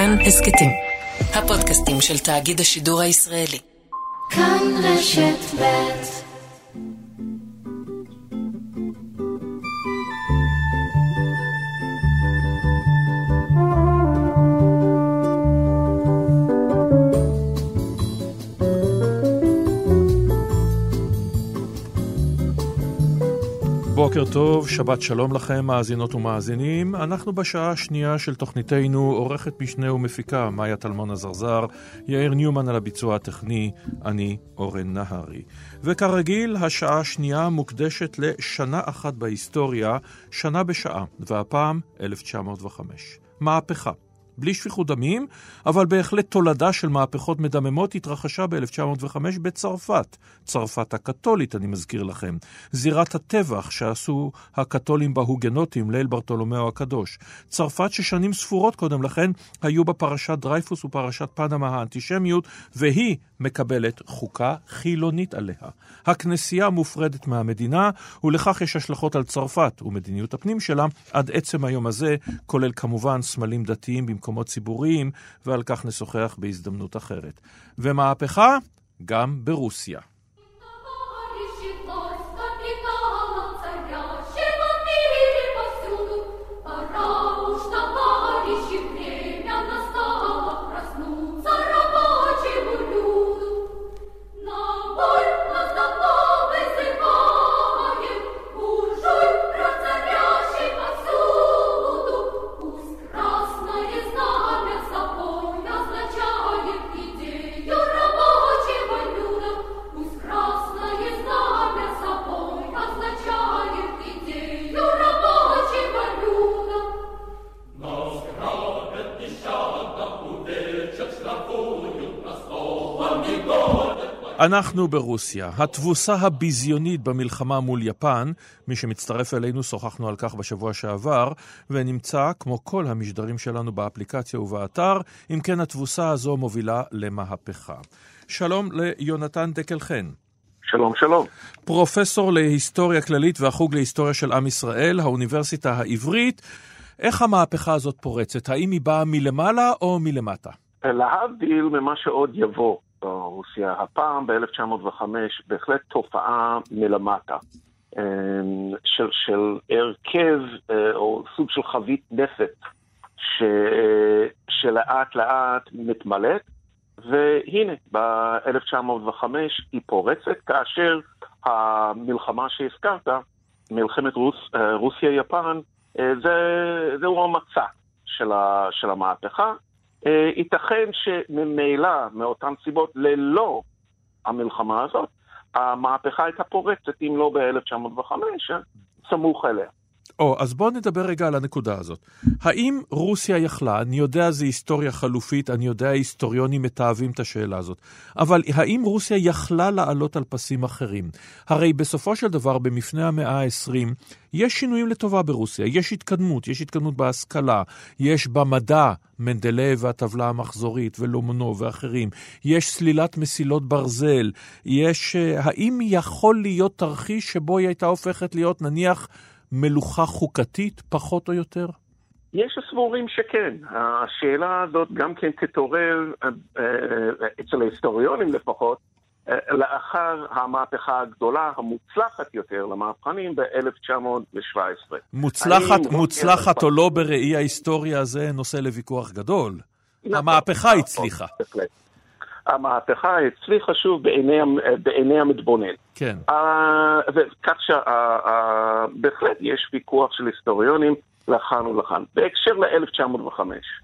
כאן הסקטים, הפודקאסטים של תאגיד השידור הישראלי. כאן רשת ב'. בוקר טוב, שבת שלום לכם, מאזינות ומאזינים. אנחנו בשעה השנייה של תוכניתנו, עורכת משנה ומפיקה, מאיה טלמון הזרזר, יאיר ניומן על הביצוע הטכני, אני אורן נהרי. וכרגיל, השעה השנייה מוקדשת לשנה אחת בהיסטוריה, שנה בשעה, והפעם 1905. מהפכה. בלי שפיכות דמים, אבל בהחלט תולדה של מהפכות מדממות התרחשה ב-1905 בצרפת. צרפת הקתולית, אני מזכיר לכם. זירת הטבח שעשו הקתולים בהוגנוטים, ליל ברטולומיאו הקדוש. צרפת ששנים ספורות קודם לכן היו בפרשת דרייפוס ופרשת פנמה האנטישמיות, והיא מקבלת חוקה חילונית עליה. הכנסייה מופרדת מהמדינה, ולכך יש השלכות על צרפת ומדיניות הפנים שלה עד עצם היום הזה, כולל כמובן סמלים דתיים במקומות ציבוריים, ועל כך נשוחח בהזדמנות אחרת. ומהפכה גם ברוסיה. אנחנו ברוסיה. התבוסה הביזיונית במלחמה מול יפן, מי שמצטרף אלינו שוחחנו על כך בשבוע שעבר, ונמצא כמו כל המשדרים שלנו באפליקציה ובאתר, אם כן התבוסה הזו מובילה למהפכה. שלום ליונתן דקלחן. שלום, שלום. פרופסור להיסטוריה כללית והחוג להיסטוריה של עם ישראל, האוניברסיטה העברית. איך המהפכה הזאת פורצת? האם היא באה מלמעלה או מלמטה? להבדיל ממה שעוד יבוא. ברוסיה. הפעם ב-1905 בהחלט תופעה מלמטה של הרכב או סוג של חבית נפט שלאט לאט מתמלאת, והנה ב-1905 היא פורצת כאשר המלחמה שהזכרת, מלחמת רוסיה-יפן, זהו המצע של המהפכה. ייתכן שממילא מאותן סיבות ללא המלחמה הזאת, המהפכה הייתה פורצת אם לא ב-1905, סמוך אליה. אז בואו נדבר רגע על הנקודה הזאת. האם רוסיה יכלה, אני יודע זה היסטוריה חלופית, אני יודע היסטוריונים מתאהבים את השאלה הזאת, אבל האם רוסיה יכלה לעלות על פסים אחרים? הרי בסופו של דבר במפנה המאה ה-20 יש שינויים לטובה ברוסיה, יש התקדמות בהשכלה, יש במדע, מנדלייב והטבלה המחזורית ולומנוב ואחרים, יש סלילת מסילות ברזל, האם יכול להיות תרחיש שבו היא הייתה הופכת להיות נניח מלוכה חוקתית פחות או יותר? יש סבורים שכן. השאלה הזאת גם כן תתעורר אצל ההיסטוריונים לפחות, לאחר המהפכה הגדולה המוצלחת יותר למהפכנים ב-1917. מוצלחת או לא בראי ההיסטוריה הזה נושא לוויכוח גדול. המהפכה הצליחה. המהפכה הצליחה שוב בעיני המתבונן. כן. וכך שבהחלט יש ויכוח של היסטוריונים לכאן ולכאן. בהקשר ל-1905,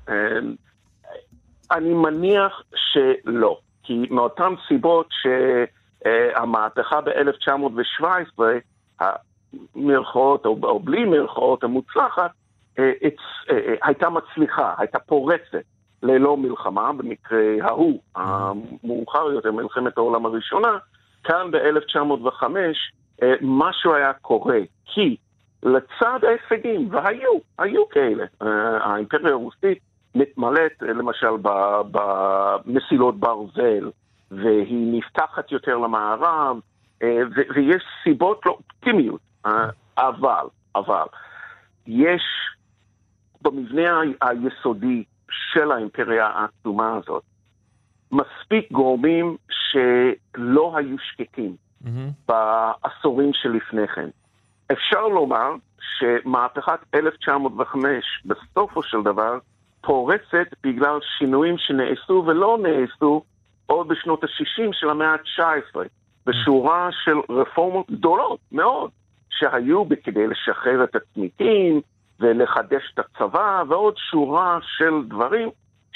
אני מניח שלא. כי מאותן סיבות שהמהפכה ב-1917, המרכאות או בלי מרכאות המוצלחת, הייתה מצליחה, הייתה פורצת. ללא מלחמה, במקרה ההוא, המאוחר יותר, מלחמת העולם הראשונה, כאן ב-1905 משהו היה קורה, כי לצד ההישגים, והיו כאלה, האימפריה הרוסית מתמלאת למשל במסילות ברזל, והיא נפתחת יותר למערב, ויש סיבות לא אופטימיות, אבל יש במבנה היסודי של האימפריה העצומה הזאת, מספיק גורמים שלא היו שקטים בעשורים שלפני כן. אפשר לומר שמהפכת 1905 בסופו של דבר פורצת בגלל שינויים שנעשו ולא נעשו עוד בשנות ה-60 של המאה ה-19, בשורה של רפורמות גדולות מאוד שהיו כדי לשחרר את הצמיתים ולחדש את הצבא ועוד שורה של דברים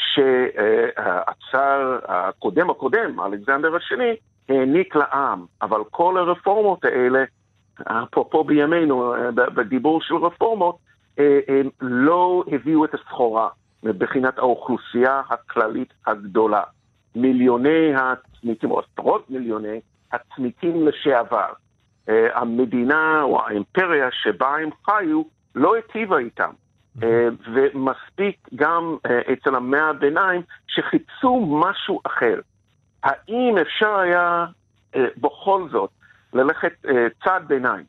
שהצאר הקודם, אלכסנדר השני, העניק לעם. אבל כל הרפורמות האלה, אפרופו בימינו, בדיבור של רפורמות, לא הביאו את הסחורה מבחינת האוכלוסייה הכללית הגדולה. מיליוני הצמיתים, או עשרות מיליוני הצמיתים לשעבר. המדינה או האימפריה שבה הם חיו לא היטיבה איתם. ומספיק גם אצל המאה הביניים שחיפשו משהו אחר. האם אפשר היה בכל זאת ללכת צעד ביניים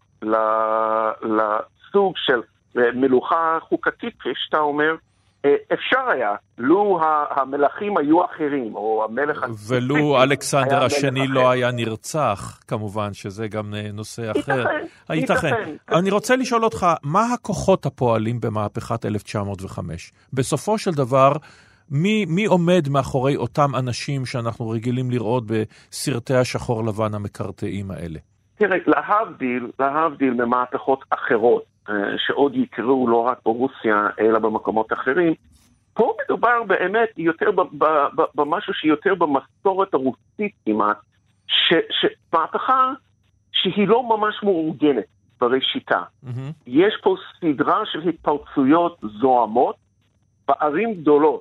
לסוג של מלוכה חוקתית, כפי שאתה אומר, אפשר היה, לו המלכים היו אחרים, או המלך... ולו אלכסנדר השני לא היה נרצח, כמובן, שזה גם נושא אחר. ייתכן. אני רוצה לשאול אותך, מה הכוחות הפועלים במהפכת 1905? בסופו של דבר, מי עומד מאחורי אותם אנשים שאנחנו רגילים לראות בסרטי השחור לבן המקרטעים האלה? תראה, להבדיל ממהפכות אחרות, שעוד יקראו לא רק ברוסיה, אלא במקומות אחרים, פה מדובר באמת יותר במשהו שיותר במסורת הרוסית כמעט, שמהפכה שהיא לא ממש מאורגנת בראשיתה. יש פה סדרה של התפרצויות זוהמות בערים גדולות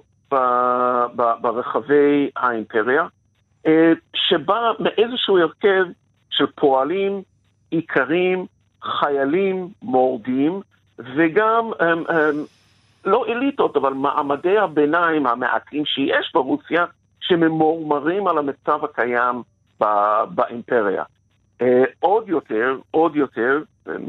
ברחבי האימפריה, שבא מאיזשהו הרכב של פועלים, עיקרים, חיילים מורדים, וגם לא אליטות, אבל מעמדי הביניים המעטים שיש ברוסיה, שממורמרים על המצב הקיים באימפריה. עוד יותר,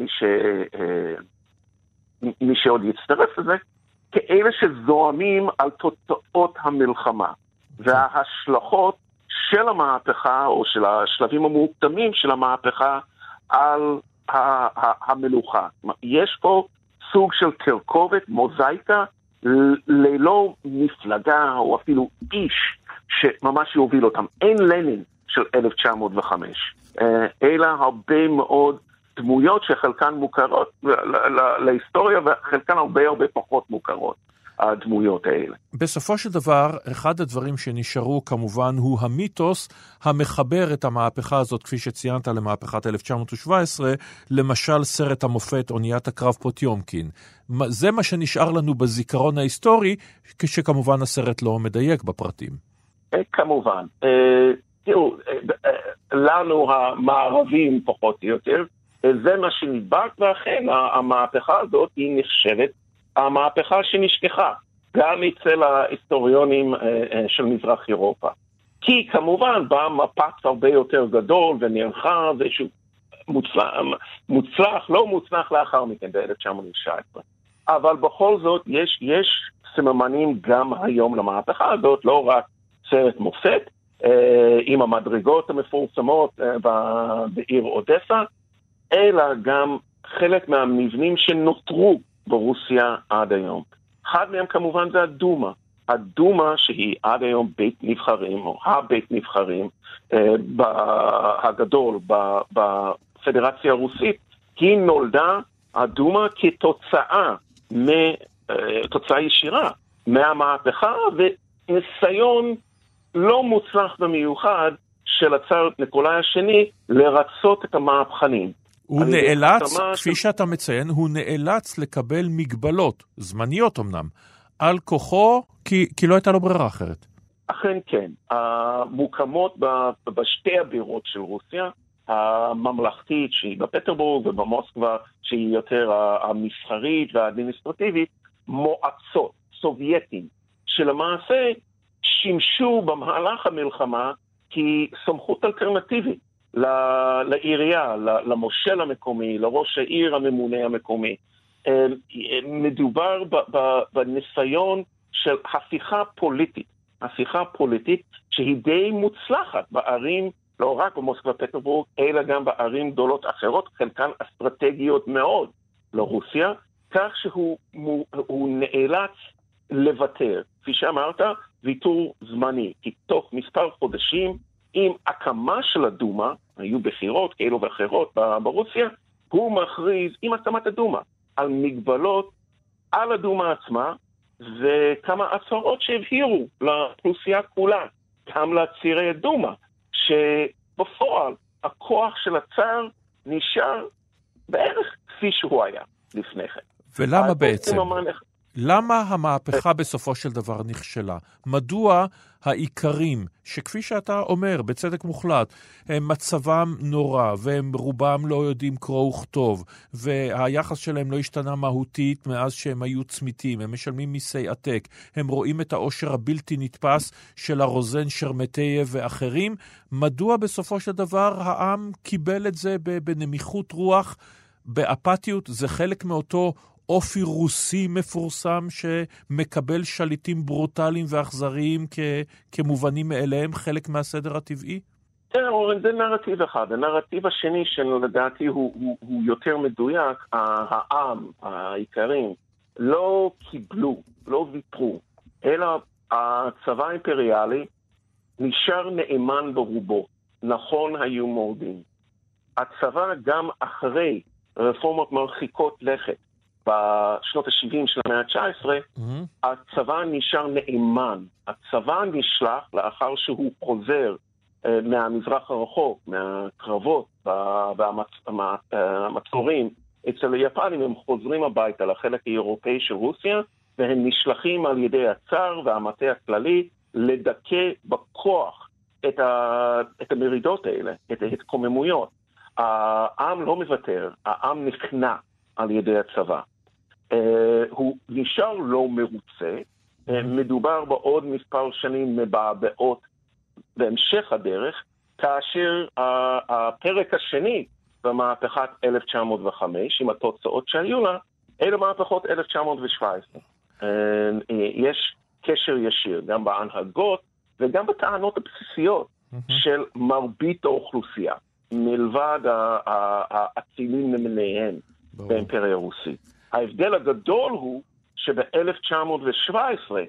מי שעוד יצטרף לזה, כאלה שזוהמים על תוצאות המלחמה, וההשלכות של המהפכה, או של השלבים המוקדמים של המהפכה, על המלוכה. יש פה סוג של תרכובת, מוזאיקה, ללא מפלגה או אפילו איש שממש יוביל אותם. אין לנין של 1905, אלא הרבה מאוד דמויות שחלקן מוכרות להיסטוריה וחלקן הרבה פחות מוכרות. הדמויות האלה. בסופו של דבר, אחד הדברים שנשארו כמובן הוא המיתוס המחבר את המהפכה הזאת, כפי שציינת, למהפכת 1917, למשל סרט המופת אוניית הקרב פוטיומקין. זה מה שנשאר לנו בזיכרון ההיסטורי, כשכמובן הסרט לא מדייק בפרטים. כמובן. תראו, לנו המערבים פחות או יותר, זה מה שנדבק, ואכן המהפכה הזאת היא נחשבת המהפכה שנשכחה, גם אצל ההיסטוריונים של מזרח אירופה. כי כמובן בא מפץ הרבה יותר גדול ונרחב, ושהוא מוצלח, לא מוצלח לאחר מכן ב-1919. אבל בכל זאת יש סממנים גם היום למהפכה הזאת, לא רק סרט מופת, עם המדרגות המפורסמות בעיר אודסה, אלא גם חלק מהמבנים שנותרו ברוסיה עד היום. אחד מהם כמובן זה הדומה. הדומה שהיא עד היום בית נבחרים, או הבית נבחרים הגדול בפדרציה הרוסית, היא נולדה, הדומה, תוצאה ישירה מהמהפכה, וניסיון לא מוצלח במיוחד של הצאר ניקולאי השני לרצות את המהפכנים. הוא נאלץ, כפי שאתה מציין, הוא נאלץ לקבל מגבלות, זמניות אמנם, על כוחו, כי לא הייתה לו ברירה אחרת. אכן כן. המוקמות בשתי הבירות של רוסיה, הממלכתית שהיא בפטרבורג ובמוסקבה, שהיא יותר המסחרית והאדמיניסטרטיבית, מועצות סובייטים, שלמעשה שימשו במהלך המלחמה כסמכות אלטרנטיבית לעירייה, למושל המקומי, לראש העיר הממונה המקומי. מדובר בניסיון של של הפיכה פוליטית שהיא די מוצלחת בערים, לא רק במוסקבה פטרבורג, אלא גם בערים גדולות אחרות, חלקן אסטרטגיות מאוד לרוסיה, כך שהוא נאלץ לוותר. כפי שאמרת, ויתור זמני, כי תוך מספר חודשים, עם הקמה של הדומה, היו בחירות כאלו ואחרות ברוסיה, הוא מכריז עם הקמת הדומה על מגבלות על הדומה עצמה, וכמה הצהרות שהבהירו לאוכלוסייה כולה, גם לצירי הדומה, שבפועל הכוח של הצאר נשאר בערך כפי שהוא היה לפני כן. ולמה בעצם? למה המהפכה בסופו של דבר נכשלה? מדוע העיקרים, שכפי שאתה אומר, בצדק מוחלט, הם מצבם נורא, והם רובם לא יודעים קרוא וכתוב, והיחס שלהם לא השתנה מהותית מאז שהם היו צמיתים, הם משלמים מיסי עתק, הם רואים את העושר הבלתי נתפס של הרוזן שרמטייב ואחרים, מדוע בסופו של דבר העם קיבל את זה בנמיכות רוח, באפתיות? זה חלק מאותו אופי רוסי מפורסם שמקבל שליטים ברוטליים ואכזריים כמובנים מאליהם, חלק מהסדר הטבעי? זה נרטיב אחד. הנרטיב השני שלדעתי הוא יותר מדויק. העם, העיקרים, לא קיבלו, לא ויתרו, אלא הצבא האימפריאלי נשאר נאמן ברובו. נכון, היו מורדים. הצבא גם אחרי רפורמות מרחיקות לכת, בשנות ה-70 של המאה ה-19, הצבא נשאר נאמן. הצבא נשלח לאחר שהוא חוזר מהמזרח הרחוק, מהקרבות והמצורים אצל היפנים, הם חוזרים הביתה לחלק האירופאי של רוסיה, והם נשלחים על ידי הצאר והמטה הכללי לדכא בכוח את המרידות האלה, את ההתקוממויות. העם לא מוותר, העם נכנע על ידי הצבא. הוא נשאר לא מרוצה, מדובר בעוד מספר שנים מבעבעות בהמשך הדרך, כאשר הפרק השני במהפכת 1905, עם התוצאות שהיו לה, אלה מהפכות 1917. יש קשר ישיר גם בהנהגות וגם בטענות הבסיסיות של מרבית האוכלוסייה, מלבד האצילים למיניהם באימפריה הרוסית. ההבדל הגדול הוא שב-1917,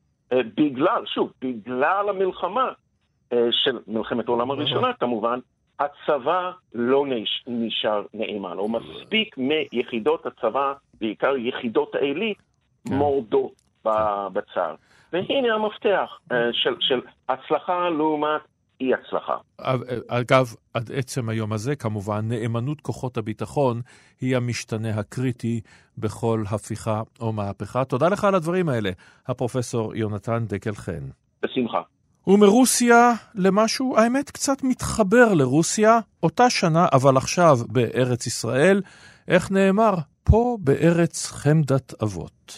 בגלל המלחמה של מלחמת העולם הראשונה, כמובן, הצבא לא נשאר נאמן, או מספיק מיחידות הצבא, בעיקר יחידות העילית, מורדות בצאר. והנה המפתח של הצלחה לעומת אי הצלחה. אגב, עד עצם היום הזה, כמובן, נאמנות כוחות הביטחון היא המשתנה הקריטי בכל הפיכה או מהפכה. תודה לך על הדברים האלה, הפרופסור יונתן דקל חן. בשמחה. ומרוסיה למשהו, האמת קצת מתחבר לרוסיה, אותה שנה, אבל עכשיו בארץ ישראל, איך נאמר? פה בארץ חמדת אבות.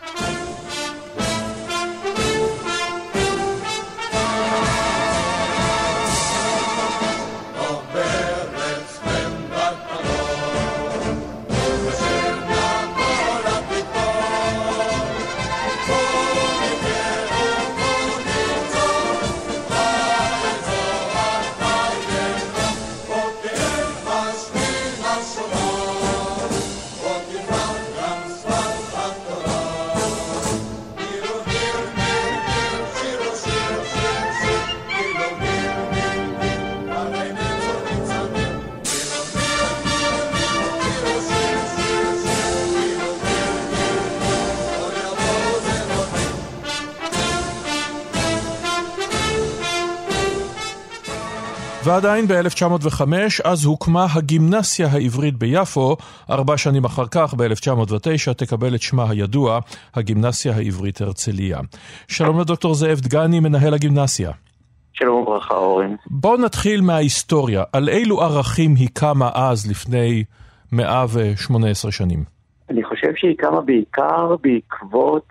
ועדיין ב-1905, אז הוקמה הגימנסיה העברית ביפו, 4 שנים אחר כך, ב-1909, תקבל את שמה הידוע, הגימנסיה העברית הרצליה. שלום לדוקטור זאב דגני, מנהל הגימנסיה. שלום וברכה, אורן. בואו נתחיל מההיסטוריה. על אילו ערכים היא קמה אז לפני 118 שנים? אני חושב שהיא קמה בעיקר בעקבות,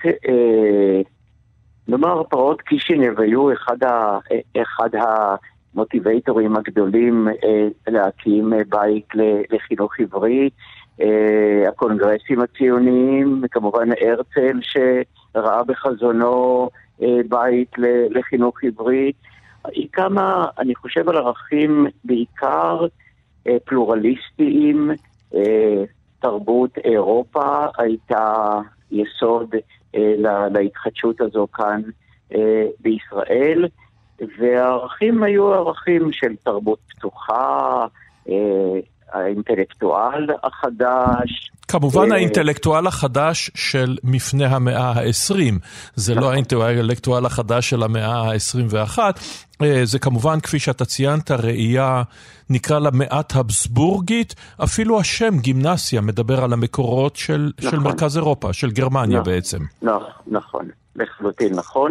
נאמר, פרעות קישינב היו אחד המוטיבייטורים הגדולים להקים בית לחינוך עברי, הקונגרסים הציוניים, כמובן הרצל ראה בחזונו בית לחינוך עברי. היא קמה, אני חושב, על ערכים בעיקר פלורליסטיים. תרבות אירופה הייתה יסוד להתחדשות הזו כאן בישראל, והערכים היו ערכים של תרבות פתוחה, האינטלקטואל החדש. כמובן האינטלקטואל החדש של מפני המאה ה-20, זה לא האינטלקטואל החדש של המאה ה-21, זה כמובן, כפי שאתה ציינת, ראייה, נקרא לה מעט הבסבורגית, אפילו השם גימנסיה מדבר על המקורות של מרכז אירופה, של גרמניה בעצם. נכון, לחלוטין נכון,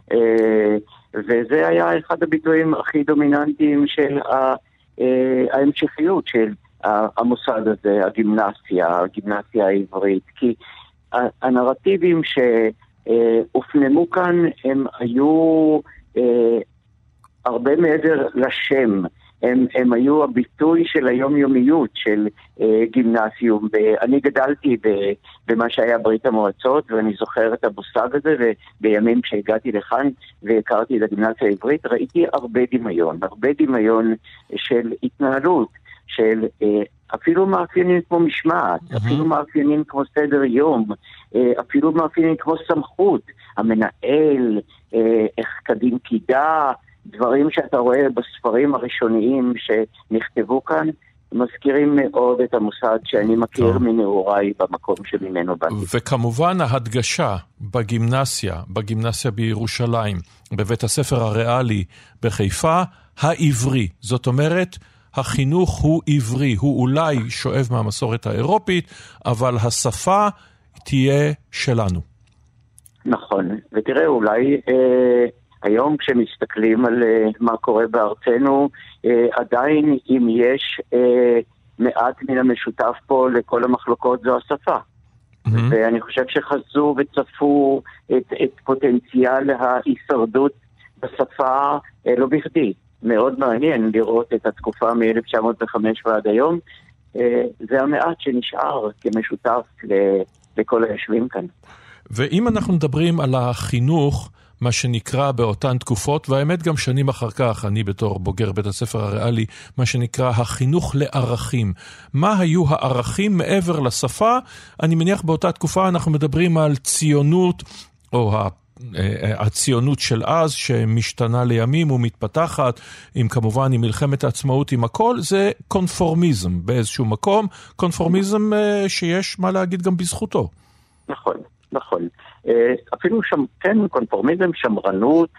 וזה היה אחד הביטויים הכי דומיננטיים של ההמשכיות של המוסד הזה, הגימנסיה העברית, כי הנרטיבים שהופנמו כאן הם היו הרבה מעבר לשם, הם היו הביטוי של היומיומיות של גימנסיום. אני גדלתי במה שהיה ברית המועצות, ואני זוכר את המושג הזה, ובימים שהגעתי לכאן והכרתי את הגימנסיה העברית, ראיתי הרבה דמיון של התנהלות, של אפילו מאפיינים כמו משמעת, אפילו מאפיינים כמו סדר יום, אפילו מאפיינים כמו סמכות, המנהל, איך קדים קידה, דברים שאתה רואה בספרים הראשוניים שנכתבו כאן, מזכירים מאוד את המוסד שאני מכיר מנעוריי במקום שממנו באתי. וכמובן ההדגשה בגימנסיה בירושלים, בבית הספר הריאלי בחיפה, העברי. זאת אומרת, החינוך הוא עברי, הוא אולי שואב מהמסורת האירופית, אבל השפה תהיה שלנו. נכון, ותראה, אולי היום כשמסתכלים על מה קורה בארצנו, עדיין אם יש מעט מן המשותף פה לכל המחלוקות זו השפה. ואני חושב שחזו וצפו את פוטנציאל ההישרדות בשפה לא בכדי. מאוד מעניין לראות את התקופה מ-1905 ועד היום. זה המעט שנשאר כמשותף לכל היושבים כאן. ואם אנחנו מדברים על החינוך, מה שנקרא באותן תקופות, והאמת גם שנים אחר כך, אני בתור בוגר בית הספר הריאלי, מה שנקרא החינוך לערכים. מה היו הערכים מעבר לשפה? אני מניח באותה תקופה אנחנו מדברים על ציונות, או הציונות של אז, שמשתנה לימים ומתפתחת, כמובן עם מלחמת העצמאות, עם הכל, זה קונפורמיזם באיזשהו מקום, קונפורמיזם שיש מה להגיד גם בזכותו. נכון. אפילו שם, כן, קונפורמיזם, שמרנות,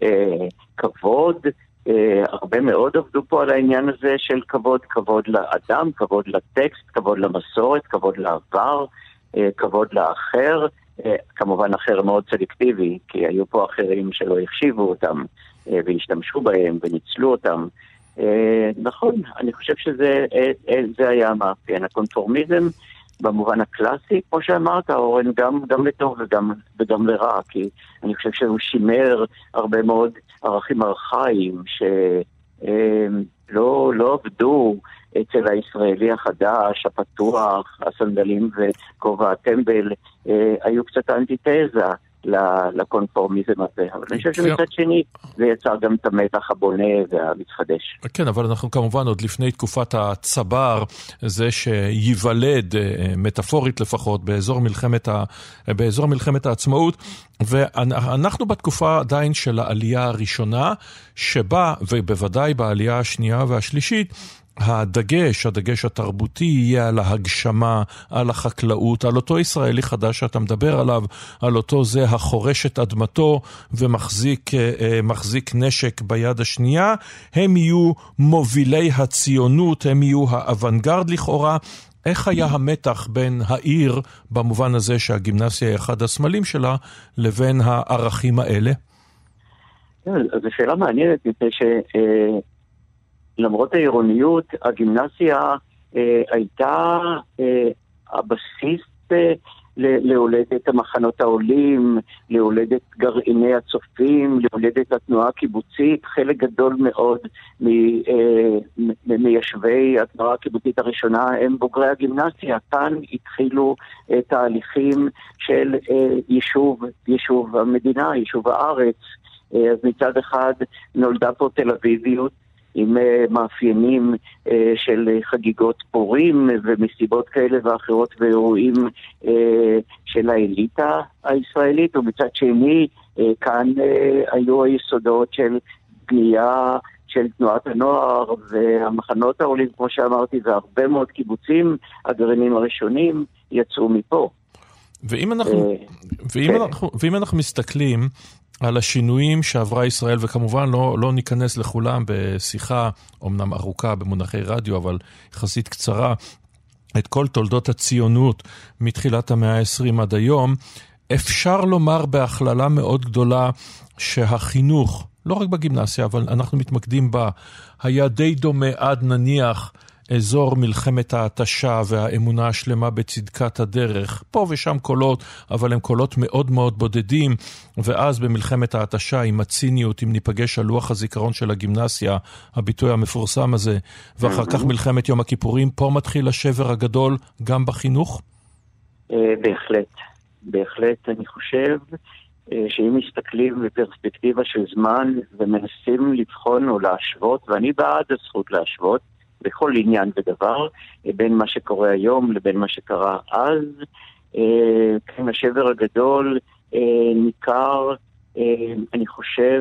כבוד, הרבה מאוד עבדו פה על העניין הזה של כבוד לאדם, כבוד לטקסט, כבוד למסורת, כבוד לעבר, כבוד לאחר, כמובן אחר מאוד סלקטיבי, כי היו פה אחרים שלא החשיבו אותם והשתמשו בהם וניצלו אותם. נכון, אני חושב שזה היה המאפיין, הקונפורמיזם, במובן הקלאסי, כמו שאמרת, אורן, גם לטוב וגם לרע, כי אני חושב שהוא שימר הרבה מאוד ערכים ארכאיים שלא עבדו אצל הישראלי החדש, הפתוח, הסנדלים וכובע הטמבל, היו קצת אנטיתזה לקונפורמיזם הזה. אבל אני חושב שמצד שני זה יצר גם את המתח הבונה והמתחדש. כן, אבל אנחנו כמובן עוד לפני תקופת הצבר, זה שיוולד, מטאפורית לפחות, באזור מלחמת העצמאות, ואנחנו בתקופה עדיין של העלייה הראשונה, שבה, ובוודאי בעלייה השנייה והשלישית, הדגש התרבותי יהיה על ההגשמה, על החקלאות, על אותו ישראלי חדש שאתה מדבר עליו, על אותו זה החורש את אדמתו ומחזיק נשק ביד השנייה, הם יהיו מובילי הציונות, הם יהיו האוונגרד לכאורה. איך היה המתח בין העיר, במובן הזה שהגימנסיה היא אחד הסמלים שלה, לבין הערכים האלה? זו שאלה מעניינת, מפני למרות העירוניות, הגימנסיה הייתה הבסיס להולדת המחנות העולים, להולדת גרעיני הצופים, להולדת התנועה הקיבוצית. חלק גדול מאוד מיישבי התנועה הקיבוצית הראשונה הם בוגרי הגימנסיה. כאן התחילו תהליכים של יישוב המדינה, יישוב הארץ. אז מצד אחד נולדה פה תל אביביות, עם מאפיינים של חגיגות פורים ומסיבות כאלה ואחרות ואירועים של האליטה הישראלית, ומצד שני כאן היו היסודות של בנייה של תנועת הנוער והמחנות העולים, כמו שאמרתי, והרבה מאוד קיבוצים, הגרעינים הראשונים יצאו מפה. ואם אנחנו מסתכלים על השינויים שעברה ישראל, וכמובן לא ניכנס לכולם בשיחה, אומנם ארוכה במונחי רדיו, אבל יחסית קצרה, את כל תולדות הציונות מתחילת המאה ה-20 עד היום, אפשר לומר בהכללה מאוד גדולה שהחינוך, לא רק בגימנסיה, אבל אנחנו מתמקדים בה, היה די דומה עד נניח אזור מלחמת ההתשה והאמונה השלמה בצדקת הדרך. פה ושם קולות, אבל הם קולות מאוד מאוד בודדים, ואז במלחמת ההתשה עם הציניות, אם ניפגש על לוח הזיכרון של הגימנסיה, הביטוי המפורסם הזה, ואחר כך מלחמת יום הכיפורים, פה מתחיל השבר הגדול גם בחינוך? בהחלט אני חושב שאם מסתכלים בפרספקטיבה של זמן ומנסים לבחון או להשוות, ואני בעד הזכות להשוות, בכל עניין ודבר, בין מה שקורה היום לבין מה שקרה אז. כן, השבר הגדול ניכר, אני חושב,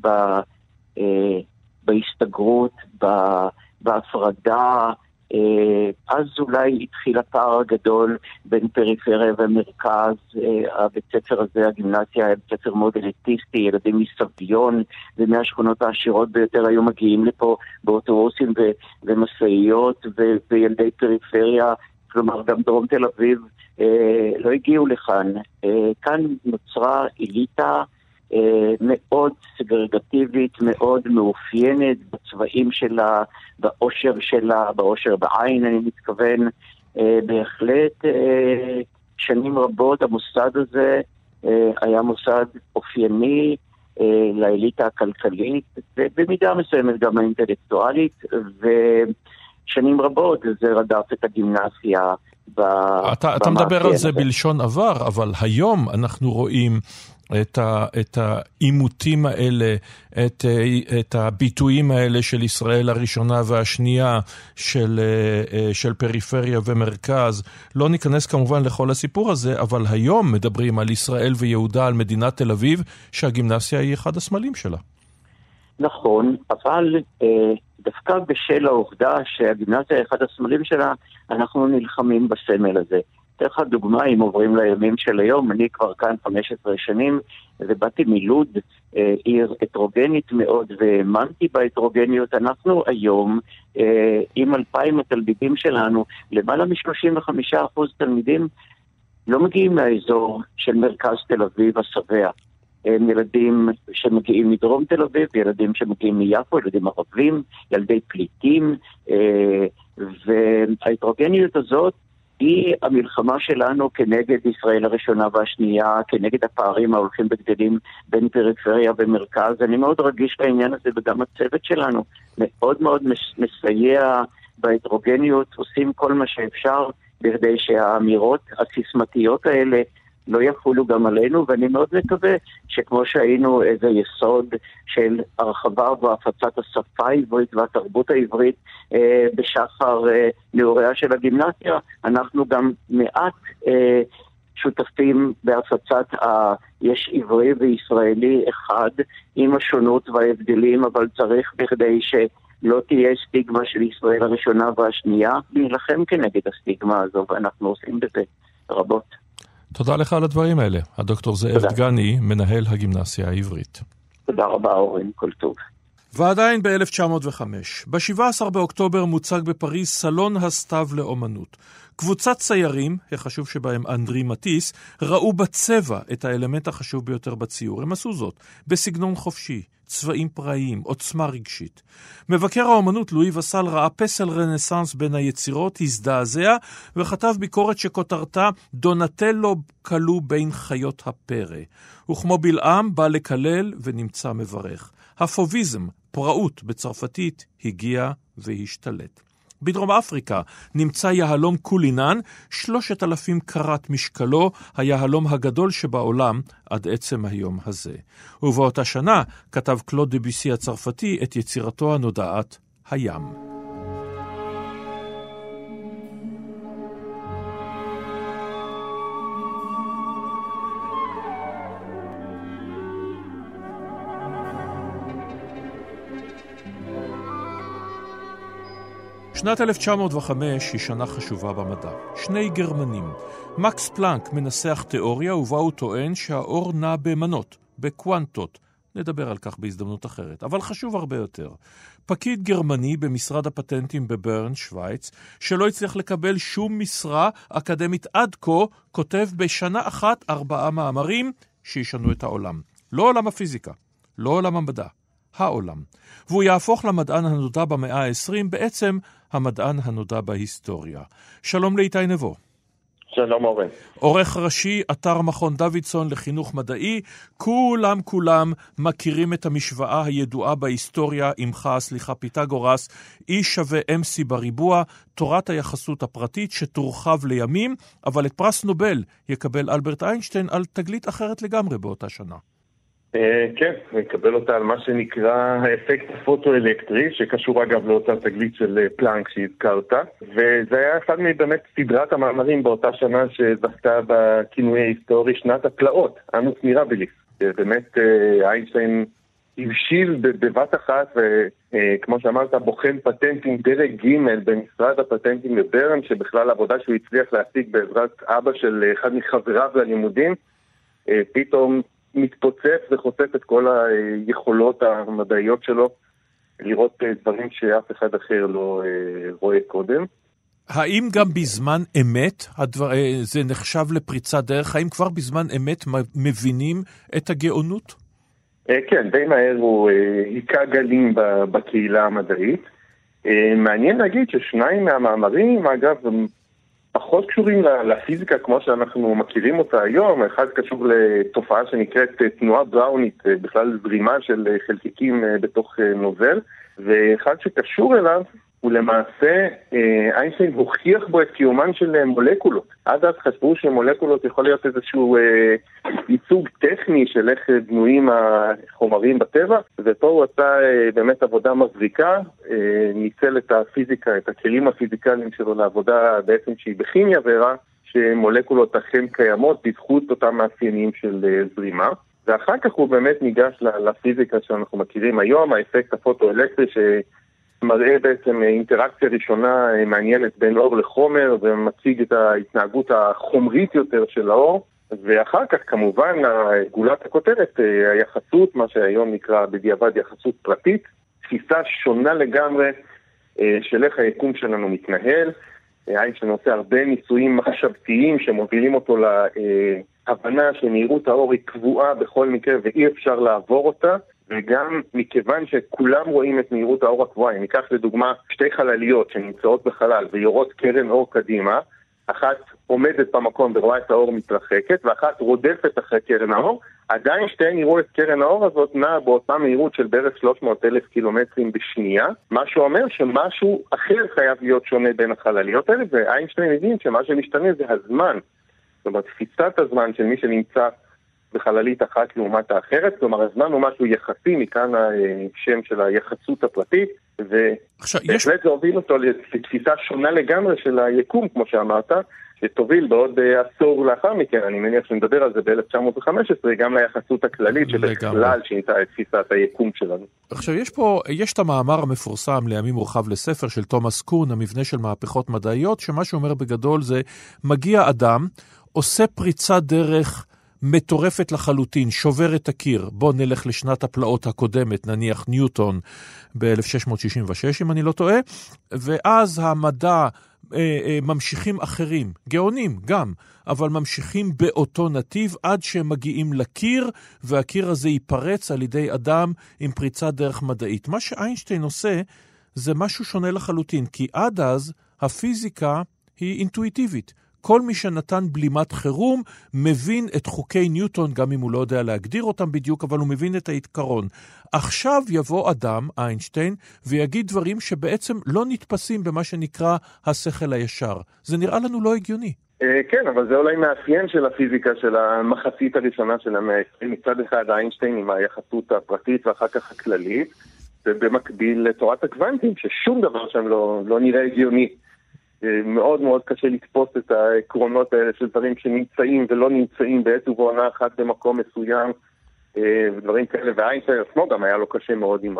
בהסתגרות, בהפרדה. אז אולי התחיל הפער הגדול בין פריפריה ומרכז. הבית ספר הזה, הגימנסיה, היה בית ספר מאוד אליטיסטי, ילדים מסביון ומהשכונות העשירות ביותר היו מגיעים לפה באוטובוסים ומסעיות, וילדי פריפריה, כלומר גם דרום תל אביב, לא הגיעו לכאן. כאן נוצרה אליטה מאוד סגרגטיבית, מאוד מאופיינת בצבעים שלה, באושר בעין, אני מתכוון. בהחלט שנים רבות המוסד הזה היה מוסד אופייני לאליטה הכלכלית, ובמידה מסוימת גם האינטלקטואלית, ושנים רבות זה רדף את הגימנסיה. אתה מדבר על זה בלשון עבר, אבל היום אנחנו רואים את העימותים האלה, את הביטויים האלה של ישראל הראשונה והשנייה, של פריפריה ומרכז. לא ניכנס כמובן לכל הסיפור הזה, אבל היום מדברים על ישראל ויהודה, על מדינת תל אביב, שהגימנסיה היא אחד הסמלים שלה. נכון, אבל דווקא בשל העובדה שהגימנסיה היא אחד הסמלים שלה, אנחנו נלחמים בסמל הזה. דרך הדוגמה, אם עוברים לימים של היום, אני כבר כאן 15 שנים, ובאתי מלוד, עיר הטרוגנית מאוד, והאמנתי בהטרוגניות. אנחנו היום, עם 2,000 התלמידים שלנו, למעלה מ-35% תלמידים לא מגיעים מהאזור של מרכז תל אביב, השבע. הם ילדים שמגיעים מדרום תל אביב, ילדים שמגיעים מיפו, ילדים ערבים, ילדי פליטים, וההטרוגניות הזאת, היא המלחמה שלנו כנגד ישראל הראשונה והשנייה, כנגד הפערים ההולכים בגדלים בין פריפריה ומרכז. אני מאוד רגיש לעניין הזה, וגם הצוות שלנו מאוד מאוד מסייע בהטרוגניות, עושים כל מה שאפשר בכדי שהאמירות הסיסמתיות האלה לא יחולו גם עלינו, ואני מאוד מקווה שכמו שהיינו איזה יסוד של הרחבה והפצת השפה העברית והתרבות העברית בשחר נעוריה של הגימנסיה, אנחנו גם מעט שותפים בהפצת יש עברי וישראלי אחד עם השונות וההבדלים, אבל צריך בכדי שלא תהיה סטיגמה של ישראל הראשונה והשנייה, להילחם כנגד הסטיגמה הזו, ואנחנו עושים בזה רבות. תודה לך על הדברים האלה. הדוקטור זאב דגני, מנהל הגימנסיה העברית. תודה רבה, אורן, כל טוב. ועדיין ב-1905, ב-17 באוקטובר מוצג בפריז סלון הסתיו לאומנות. קבוצת ציירים, החשוב שבהם אנדרי מטיס, ראו בצבע את האלמנט החשוב ביותר בציור. הם עשו זאת בסגנון חופשי, צבעים פראיים, עוצמה רגשית. מבקר האומנות לואי וסל ראה פסל רנסנס בין היצירות, הזדעזע וכתב ביקורת שכותרתה דונטלו כלוא בין חיות הפרא. וכמו בלעם בא לקלל ונמצא מברך. הפוביזם, פראות בצרפתית, הגיע והשתלט. בדרום אפריקה נמצא יהלום קולינן, 3,000 קרת משקלו, היהלום הגדול שבעולם עד עצם היום הזה. ובאותה שנה כתב קלוד דביסי הצרפתי את יצירתו הנודעת, הים. שנת 1905 היא שנה חשובה במדע. שני גרמנים. מקס פלנק מנסח תיאוריה ובה הוא טוען שהאור נע במנות, בקוונטות. נדבר על כך בהזדמנות אחרת, אבל חשוב הרבה יותר. פקיד גרמני במשרד הפטנטים בברן, שוויץ, שלא הצליח לקבל שום משרה אקדמית עד כה, כותב בשנה אחת 4 מאמרים שישנו את העולם. לא עולם הפיזיקה, לא עולם המדע, העולם. והוא יהפוך למדען הנודע במאה ה-20, בעצם המדען הנודע בהיסטוריה. שלום לאיתי נבו. שלום אורן. עורך ראשי, אתר מכון דוידסון לחינוך מדעי. כולם מכירים את המשוואה הידועה בהיסטוריה, סליחה פיתגורס, E שווה MC בריבוע, תורת היחסות הפרטית שתורחב לימים, אבל את פרס נובל יקבל אלברט איינשטיין על תגלית אחרת לגמרי באותה שנה. כן, נקבל אותה על מה שנקרא האפקט הפוטואלקטרי, שקשור אגב לאותה תגלית של פלנק שהזכרת, וזה היה אחד מבאמת סדרת המאמרים באותה שנה שזכתה בכינוי ההיסטורי שנת הפלאות, אנוס מירביליס. באמת איינשטיין הבשיל בבת אחת, וכמו שאמרת, בוחן פטנטים דרג ג' במשרד הפטנטים בברן, שבכלל העבודה שהוא הצליח להשיג בעזרת אבא של אחד מחבריו ללימודים, פתאום מתפוצץ וחושף את כל היכולות המדעיות שלו, לראות דברים שאף אחד אחר לא רואה קודם. האם גם בזמן אמת זה נחשב לפריצת דרך? האם כבר בזמן אמת מבינים את הגאונות? כן, די מהר הוא היכה גלים בקהילה המדעית. מעניין להגיד ששניים מהמאמרים, אגב, פחות קשורים לפיזיקה כמו שאנחנו מכירים אותה היום. אחד קשור לתופעה שנקראת תנועה בראונית, בכלל זרימה של חלקיקים בתוך נוזל, ואחד שקשור אליו הוא למעשה, איינשטיין הוכיח בו את קיומן של מולקולות. עד אז חשבו שמולקולות יכול להיות איזשהו ייצוג טכני של איך בנויים החומרים בטבע, ופה הוא עשה באמת עבודה מבריקה, ניצל את הפיזיקה, את הכלים הפיזיקליים שלו לעבודה בעצם שהיא בכימיה, והראה שמולקולות אכן קיימות בזכות אותם מאפיינים של זרימה. ואחר כך הוא באמת ניגש לפיזיקה שאנחנו מכירים היום, האפקט הפוטואלקטרי מראה בעצם אינטראקציה ראשונה מעניינת בין אור לחומר, ומציג את ההתנהגות החומרית יותר של האור, ואחר כך כמובן גולת הכותרת, היחסות, מה שהיום נקרא בדיעבד יחסות פרטית, תפיסה שונה לגמרי של איך היקום שלנו מתנהל. איינשטיין עושה הרבה ניסויים מחשבתיים שמובילים אותו להבנה שמהירות האור היא קבועה בכל מקרה ואי אפשר לעבור אותה, וגם מכיוון שכולם רואים את מהירות האור הקבועה, ניקח לדוגמה שתי חלליות שנמצאות בחלל ויורות קרן אור קדימה, אחת עומדת במקום ורואה את האור מתרחקת, ואחת רודפת אחרי קרן האור, עדיין שתיהן יראו את קרן האור הזאת נעה באותה מהירות של בערך 300,000 קילומטרים בשנייה, מה שאומר שמשהו אחר חייב להיות שונה בין החלליות האלה, ואיינשטיין הבין שמה שמשתנה זה הזמן, זאת אומרת תפיסת הזמן של מי שנמצא בחללית אחת לעומת האחרת, כלומר הזמן הוא משהו יחסי, מכאן השם של היחסות הפרטית, ובהחלט זה הוביל אותו לתפיסה שונה לגמרי של היקום, כמו שאמרת, שתוביל בעוד עשור לאחר מכן, אני מניח שנדבר על זה ב-1915, גם ליחסות הכללית שבכלל שינתה את תפיסת היקום שלנו. עכשיו יש את המאמר המפורסם לימים מורחב לספר של תומאס קון, המבנה של מהפכות מדעיות, שמה שאומר בגדול זה, מגיע אדם, עושה פריצת דרך מטורפת לחלוטין, שובר את הקיר. בוא נלך לשנת הפלאות הקודמת, נניח ניוטון ב-1666, אם אני לא טועה, ואז המדע ממשיכים אחרים, גאונים גם, אבל ממשיכים באותו נתיב עד שהם מגיעים לקיר, והקיר הזה ייפרץ על ידי אדם עם פריצת דרך מדעית. מה שאיינשטיין עושה זה משהו שונה לחלוטין, כי עד אז הפיזיקה היא אינטואיטיבית. כל מי שנתן בלימת חירום מבין את חוקי ניוטון, גם אם הוא לא יודע להגדיר אותם בדיוק, אבל הוא מבין את העיקרון. עכשיו יבוא אדם, איינשטיין, ויגיד דברים שבעצם לא נתפסים במה שנקרא השכל הישר. זה נראה לנו לא הגיוני. כן, אבל זה אולי מאפיין של הפיזיקה של המחצית הראשונה של המאה ה-20. מצד אחד איינשטיין עם היחסות הפרטית ואחר כך הכללית, ובמקביל לתורת הקוונטים, ששום דבר שם לא נראה הגיוני. מאוד מאוד קשה לתפוס את העקרונות האלה של דברים שנמצאים ולא נמצאים בעת ובעונה אחת במקום מסוים, ודברים כאלה, ואיינשטיין עצמו גם היה לו קשה מאוד עם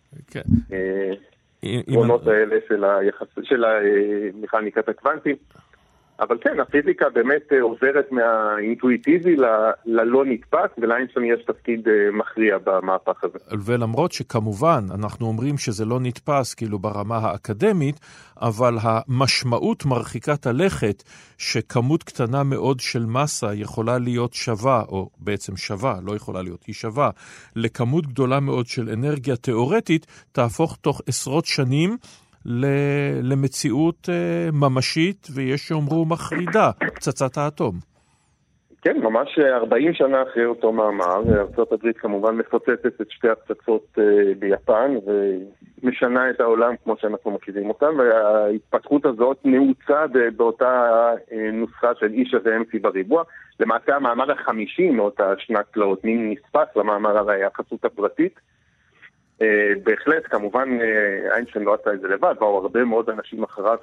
העקרונות האלה של מכניקת הקוונטים. אבל כן, הפיזיקה באמת עוברת מהאינטואיטיבי ללא נתפס, ולאיינשטיין יש תפקיד מכריע במהפך הזה. ולמרות שכמובן אנחנו אומרים שזה לא נתפס כאילו ברמה האקדמית, אבל המשמעות מרחיקת הלכת שכמות קטנה מאוד של מסה יכולה להיות שווה, או בעצם שווה, לא יכולה להיות, היא שווה, לכמות גדולה מאוד של אנרגיה תיאורטית, תהפוך תוך עשרות שנים למציאות ממשית, ויש שאומרו מחרידה, פצצת האטום. כן, ממש 40 שנה אחרי אותו מאמר, ארצות הברית כמובן מפוצצת את שתי הפצצות ביפן, ומשנה את העולם כמו שאנחנו מכירים אותם, וההתפתחות הזאת נעוצה באותה נוסחה של E שווה MC בריבוע. למעשה המאמר ה-50 מאותה שנת תלאות נספס למאמר על היחסות הפרטית. בהחלט, כמובן, איינשטיין לא עשה את זה לבד, באו הרבה מאוד אנשים אחריו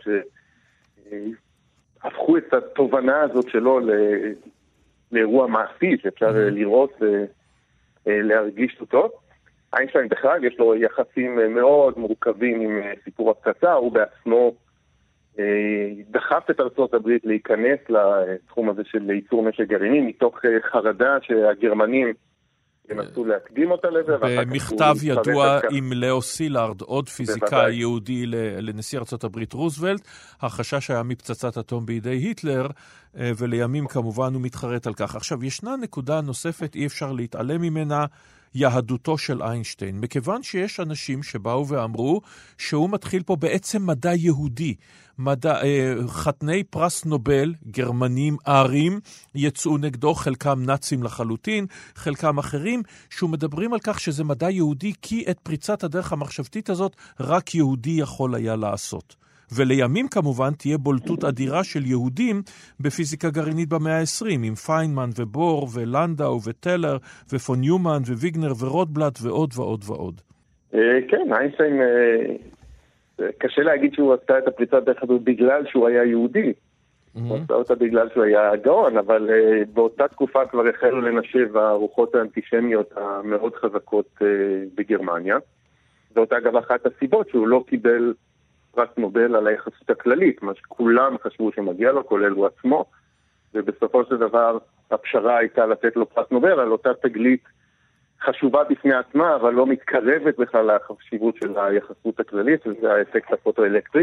שהפכו את התובנה הזאת שלו לאירוע מעשי, שאפשר לראות ולהרגיש אותו. איינשטיין בכלל יש לו יחסים מאוד מורכבים עם סיפור הפצצה, הוא בעצמו דחף את ארצות הברית להיכנס לתחום הזה של ייצור נשק גרעיני, מתוך חרדה שהגרמנים ינסו להקדים אותה לזה. במכתב ידוע עם לאו סילארד, עוד פיזיקאי יהודי לנשיא ארצות הברית רוזוולט, החשש היה מפצצת אטום בידי היטלר, ולימים כמובן הוא מתחרט על כך. עכשיו, ישנה נקודה נוספת, אי אפשר להתעלם ממנה, יהדותו של איינשטיין. מכיוון שיש אנשים שבאו ואמרו שהוא מתחיל פה בעצם מדע יהודי. חתני פרס נובל, גרמנים, ארים, יצאו נגדו, חלקם נאצים לחלוטין, חלקם אחרים, שהוא מדברים על כך שזה מדע יהודי, כי את פריצת הדרך המחשבתית הזאת רק יהודי יכול היה לעשות. ולימים כמובן תהיה בולטות אדירה של יהודים בפיזיקה גרעינית במאה ה-20, עם פיינמן ובור ולנדאו וטלר ופון ניומן וויגנר ורוטבלט ועוד ועוד ועוד. כן, איינשטיין, קשה להגיד שהוא עשתה את הפריצת דרך הזאת בגלל שהוא היה יהודי. הוא עשתה אותה בגלל שהוא היה גאון, אבל באותה תקופה כבר החלו לנשב הרוחות האנטישמיות המאוד חזקות בגרמניה. זאת אגב אחת הסיבות שהוא לא קיבל פרס נובל על היחסות הכללית, מה שכולם חשבו שמגיע לו, כולל הוא עצמו, ובסופו של דבר הפשרה הייתה לתת לו פרס נובל על אותה תגלית חשובה בפני עצמה, אבל לא מתקרבת בכלל לחשיבות של היחסות הכללית, וזה האפקט הפוטואלקטרי.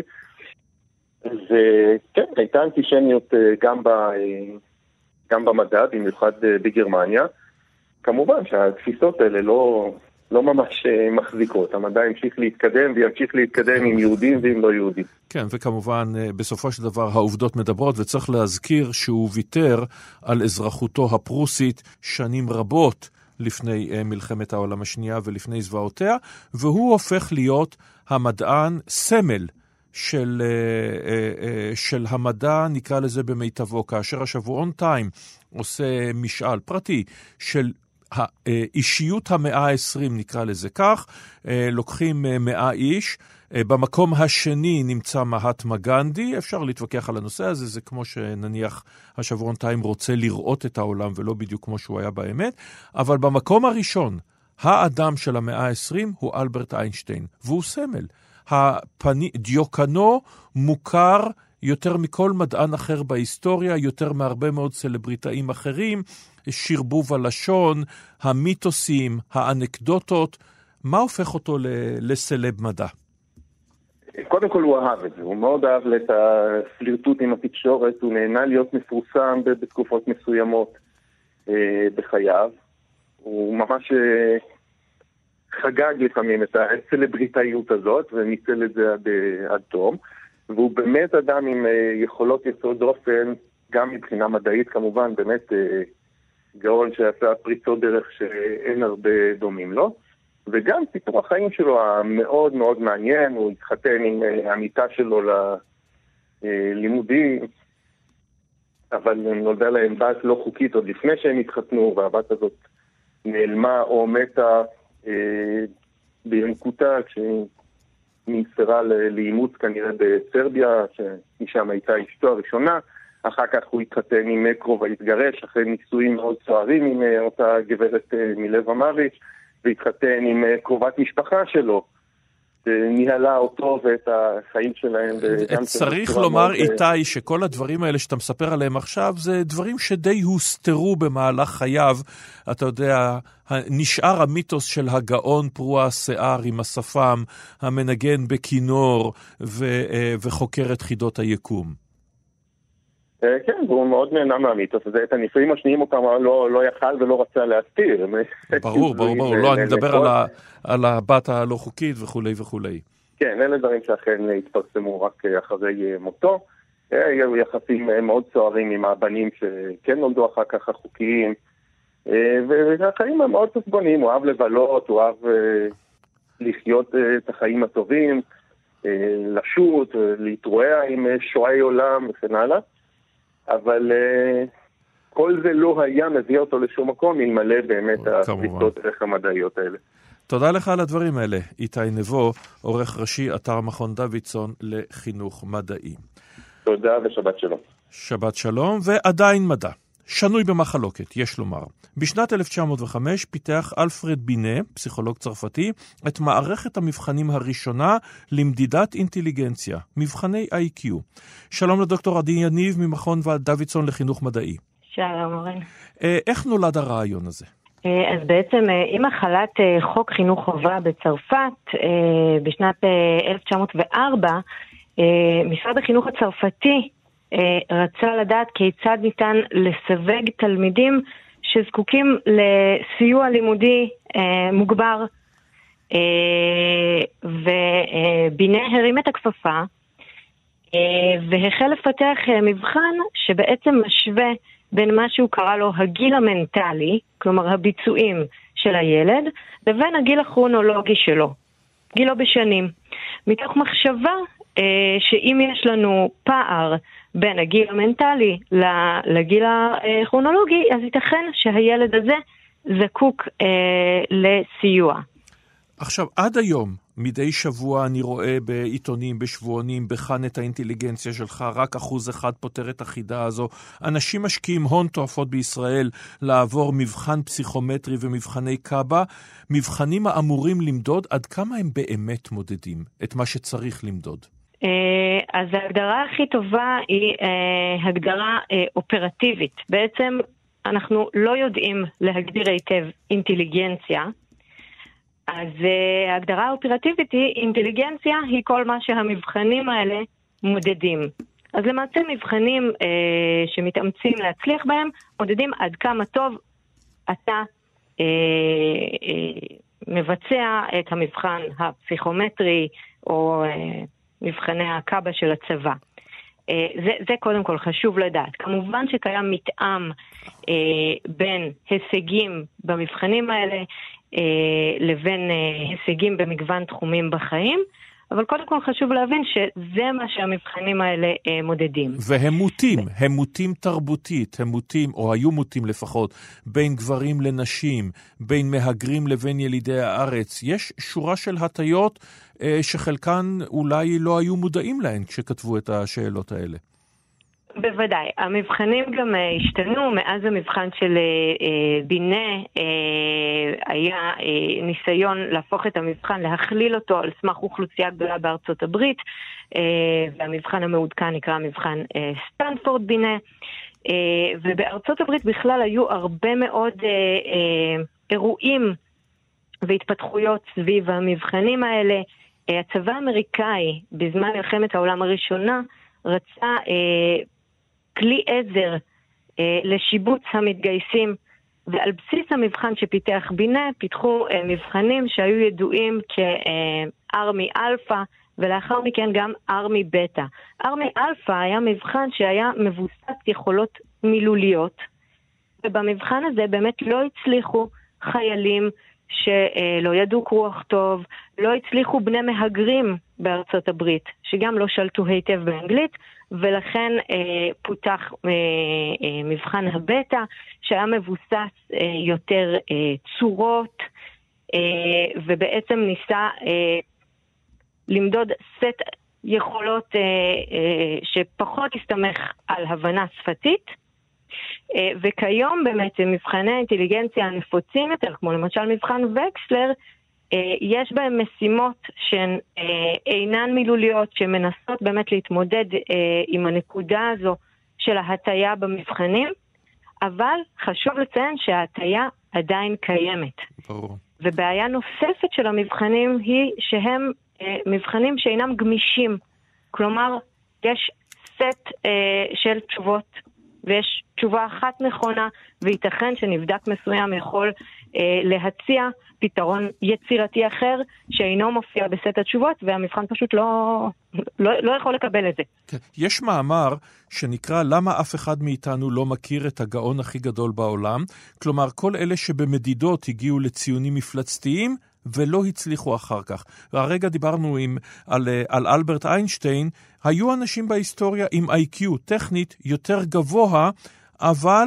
וכן, הייתה אנטישמיות גם במדע, במיוחד בגרמניה. כמובן שהתפיסות האלה לא ממש מחזיקות. המדע המשיך להתקדם וימשיך להתקדם עם יהודים ועם לא יהודים. כן, וכמובן בסופו של דבר העובדות מדברות, וצריך להזכיר שהוא ויתר על אזרחותו הפרוסית שנים רבות לפני מלחמת העולם השנייה ולפני זוועותיה, והוא הופך להיות המדען סמל של המדע, נקרא לזה במיטבו, כאשר השבועון טיים עושה משאל פרטי של האישיות המאה ה-20, נקרא לזה כך, לוקחים 100 איש, במקום השני נמצא מהטמה גנדי, אפשר להתווכח על הנושא הזה, זה כמו שנניח השבועון טיים רוצה לראות את העולם ולא בדיוק כמו שהוא היה באמת, אבל במקום הראשון, האדם של המאה ה-20 הוא אלברט איינשטיין, והוא סמל. דיוקנו מוכר יותר מכל מדען אחר בהיסטוריה, יותר מהרבה מאוד סלבריטאים אחרים, שרבוב הלשון, המיתוסים, האנקדוטות. מה הופך אותו לסלב מדע? קודם כל הוא אהב את זה, הוא מאוד אהב את הפלירטוט עם התקשורת, הוא נהנה להיות מפורסם בתקופות מסוימות בחייו, הוא ממש חגג לפעמים את הסלבריטאיות הזאת וניצל את זה עד תום, והוא באמת אדם עם יכולות יוצאות דופן, גם מבחינה מדעית כמובן, באמת גאון שעשה פריצות דרך שאין הרבה דומים לו, וגם סיפור החיים שלו המאוד מאוד מעניין, הוא התחתן עם עמיתה שלו ללימודים, אבל נולדה להם בת לא חוקית עוד לפני שהם התחתנו, והבת הזאת נעלמה או מתה בינקותה כשהיא נמסרה לאימוץ כנראה בסרביה, שמשם הייתה אשתו הראשונה, אחר כך הוא התחתן עם קרובה, התגרש אחרי נישואים מאוד סוערים עם אותה גברת מלב המוות, והתחתן עם קרובת משפחה שלו, ניהלה אותו ואת החיים שלהם. צריך לומר איתי שכל הדברים האלה שאתה מספר עליהם עכשיו, זה דברים שדי הוסתרו במהלך חייו. אתה יודע, נשאר המיתוס של הגאון פרוע שיער עם השפם, המנגן בכינור וחוקר את חידות היקום. כן, והוא מאוד נהנה מהמיתוס הזה. את הניסויים השניים הוא כמה לא יכל ולא רצה להסתיר. ברור. לא, אני מדבר על הבת הלא חוקית וכולי וכולי. כן, אלה דברים שאכן התפרסמו רק אחרי מותו. היו יחסים מאוד סוערים עם הבנים שכן נולדו אחר כך החוקיים. והחיים הם מאוד ססגוניים. הוא אהב לבלות, הוא אהב לחיות את החיים הטובים, לשוט, להתרועע עם שועי עולם וכן הלאה. אבל כל זה לא היה מביא אותו לשום מקום, אלמלא באמת הפריצות דרך המדעיות האלה. תודה לך על הדברים האלה. איתי נבו, עורך ראשי, אתר מכון דוידסון לחינוך מדעי. תודה ושבת שלום. שבת שלום, ועדיין מדע. שנוי במחלוקת, יש לומר. בשנת 1905 פיתח אלפרד בינה, פסיכולוג צרפתי, את מערכת המבחנים הראשונה למדידת אינטליגנציה, מבחני IQ. שלום לדוקטור עדי יניב ממכון דוידסון לחינוך מדעי. שלום אורן. איך נולד הרעיון הזה? אז בעצם עם החלת חוק חינוך חובה בצרפת בשנת 1904, משרד החינוך הצרפתי רצה לדעת כיצד ניתן לסווג תלמידים שזקוקים לסיוע לימודי מוגבר, ובינה הרים את הכפפה והחל לפתח מבחן שבעצם משווה בין מה שהוא קרא לו הגיל המנטלי, כלומר הביצועים של הילד, לבין הגיל הכרונולוגי שלו, גילו בשנים, מתוך מחשבה שאם יש לנו פער בין הגיל המנטלי לגיל הכרונולוגי, אז ייתכן שהילד הזה זקוק לסיוע. עכשיו, עד היום, מדי שבוע אני רואה בעיתונים, בשבועונים, בחן את האינטליגנציה שלך, רק 1% פותר את החידה הזו. אנשים משקיעים הון תועפות בישראל לעבור מבחן פסיכומטרי ומבחני קאבה, מבחנים האמורים למדוד עד כמה הם באמת מודדים את מה שצריך למדוד. אז ההגדרה הכי טובה היא הגדרה אופרטיבית. בעצם אנחנו לא יודעים להגדיר היטב אינטליגנציה, אז ההגדרה האופרטיבית היא אינטליגנציה היא כל מה שהמבחנים האלה מודדים. אז למעשה מבחנים שמתאמצים להצליח בהם מודדים עד כמה טוב אתה מבצע את המבחן הפסיכומטרי או מבחני הקאבה של הצבא. זה קודם כל חשוב לדעת. כמובן שקיים מתאם בין הישגים במבחנים האלה לבין הישגים במגוון תחומים בחיים, אבל קודם כל חשוב להבין שזה מה שהמבחנים האלה מודדים. והם מוטים, הם מוטים תרבותית, הם מוטים, או היו מוטים לפחות, בין גברים לנשים, בין מהגרים לבין ילידי הארץ. יש שורה של הטיות שחלקן אולי לא היו מודעים להן כשכתבו את השאלות האלה. בוודאי. המבחנים גם השתנו. מאז המבחן של בינה היה ניסיון להפוך את המבחן, להכליל אותו על סמך אוכלוסייה גדולה בארצות הברית, והמבחן המעודכן נקרא מבחן סטנפורד בינה, ובארצות הברית בכלל היו הרבה מאוד אירועים והתפתחויות סביב המבחנים האלה. הצבא האמריקאי בזמן מלחמת העולם הראשונה רצה כלי עזר לשיבוץ המתגייסים, ועל בסיס המבחן שפיתח בינה פיתחו מבחנים שהיו ידועים כארמי אלפא, ולאחר מכן גם ארמי בטא. ארמי אלפא היה מבחן שהיה מבוסס יכולות מילוליות, ובמבחן הזה באמת לא הצליחו חיילים שלא ידעו קרוא וכתוב, לא הצליחו בני מהגרים בארצות הברית, שגם לא שלטו היטב באנגלית, ולכן פותח מבחן הבטא, שהיה מבוסס יותר צורות, ובעצם ניסה למדוד סט יכולות שפחות הסתמך על הבנה שפתית, וכיום באמת מבחני האינטליגנציה הנפוצים יותר, כמו למשל מבחן וקסלר, יש בהם משימות שהן אינן מילוליות, שמנסות באמת להתמודד עם הנקודה הזו של ההטיה במבחנים, אבל חשוב לציין שההטיה עדיין קיימת. ברור. ובעיה נוספת של המבחנים היא שהם מבחנים שאינם גמישים. כלומר, יש סט של תשובות, ויש תשובה אחת נכונה, וייתכן שנבדק מסוים יכול להציע פתרון יצירתי אחר שאינו מופיע בסט התשובות, והמבחן פשוט לא יכול לקבל את זה. יש מאמר שנקרא למה אף אחד מאיתנו לא מכיר את הגאון הכי גדול בעולם, כלומר כל אלה שבמדידות הגיעו לציונים מפלצתיים ולא הצליחו אחר כך. והרגע דיברנו על אלברט איינשטיין, היו אנשים בהיסטוריה עם IQ טכנית יותר גבוה, אבל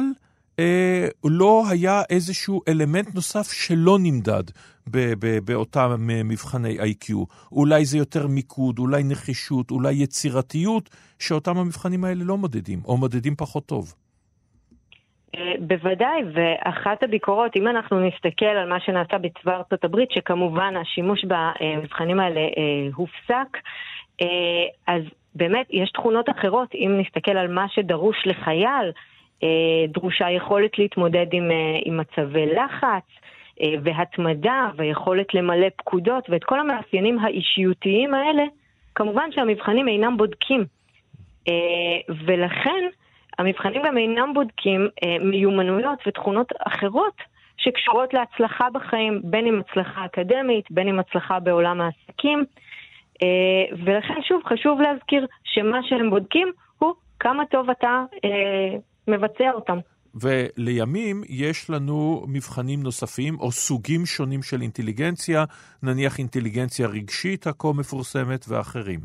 לא היה איזשהו אלמנט נוסף שלא נמדד באותם מבחני IQ. אולי זה יותר מיקוד, אולי נחישות, אולי יצירתיות, שאותם המבחנים האלה לא מודדים, או מודדים פחות טוב. בוודאי, ואחת הביקורות, אם אנחנו נסתכל על מה שנעשה בצבא ארצות הברית, שכמובן השימוש במבחנים האלה הופסק, אז באמת יש תכונות אחרות. אם נסתכל על מה שדרוש לחייל, דרושה יכולת להתמודד עם מצבי לחץ והתמדה ויכולת למלא פקודות, ואת כל המאפיינים האישיותיים האלה כמובן שהמבחנים אינם בודקים, ולכן המבחנים גם אינם בודקים מיומנויות ותכונות אחרות שקשורות להצלחה בחיים, בין אם הצלחה אקדמית, בין אם הצלחה בעולם העסקים, ולכן שוב חשוב להזכיר שמה שהם בודקים הוא כמה טוב אתה מבצע אותם. ולימים יש לנו מבחנים נוספים או סוגים שונים של אינטליגנציה, נניח אינטליגנציה רגשית הכה מפורסמת ואחרים.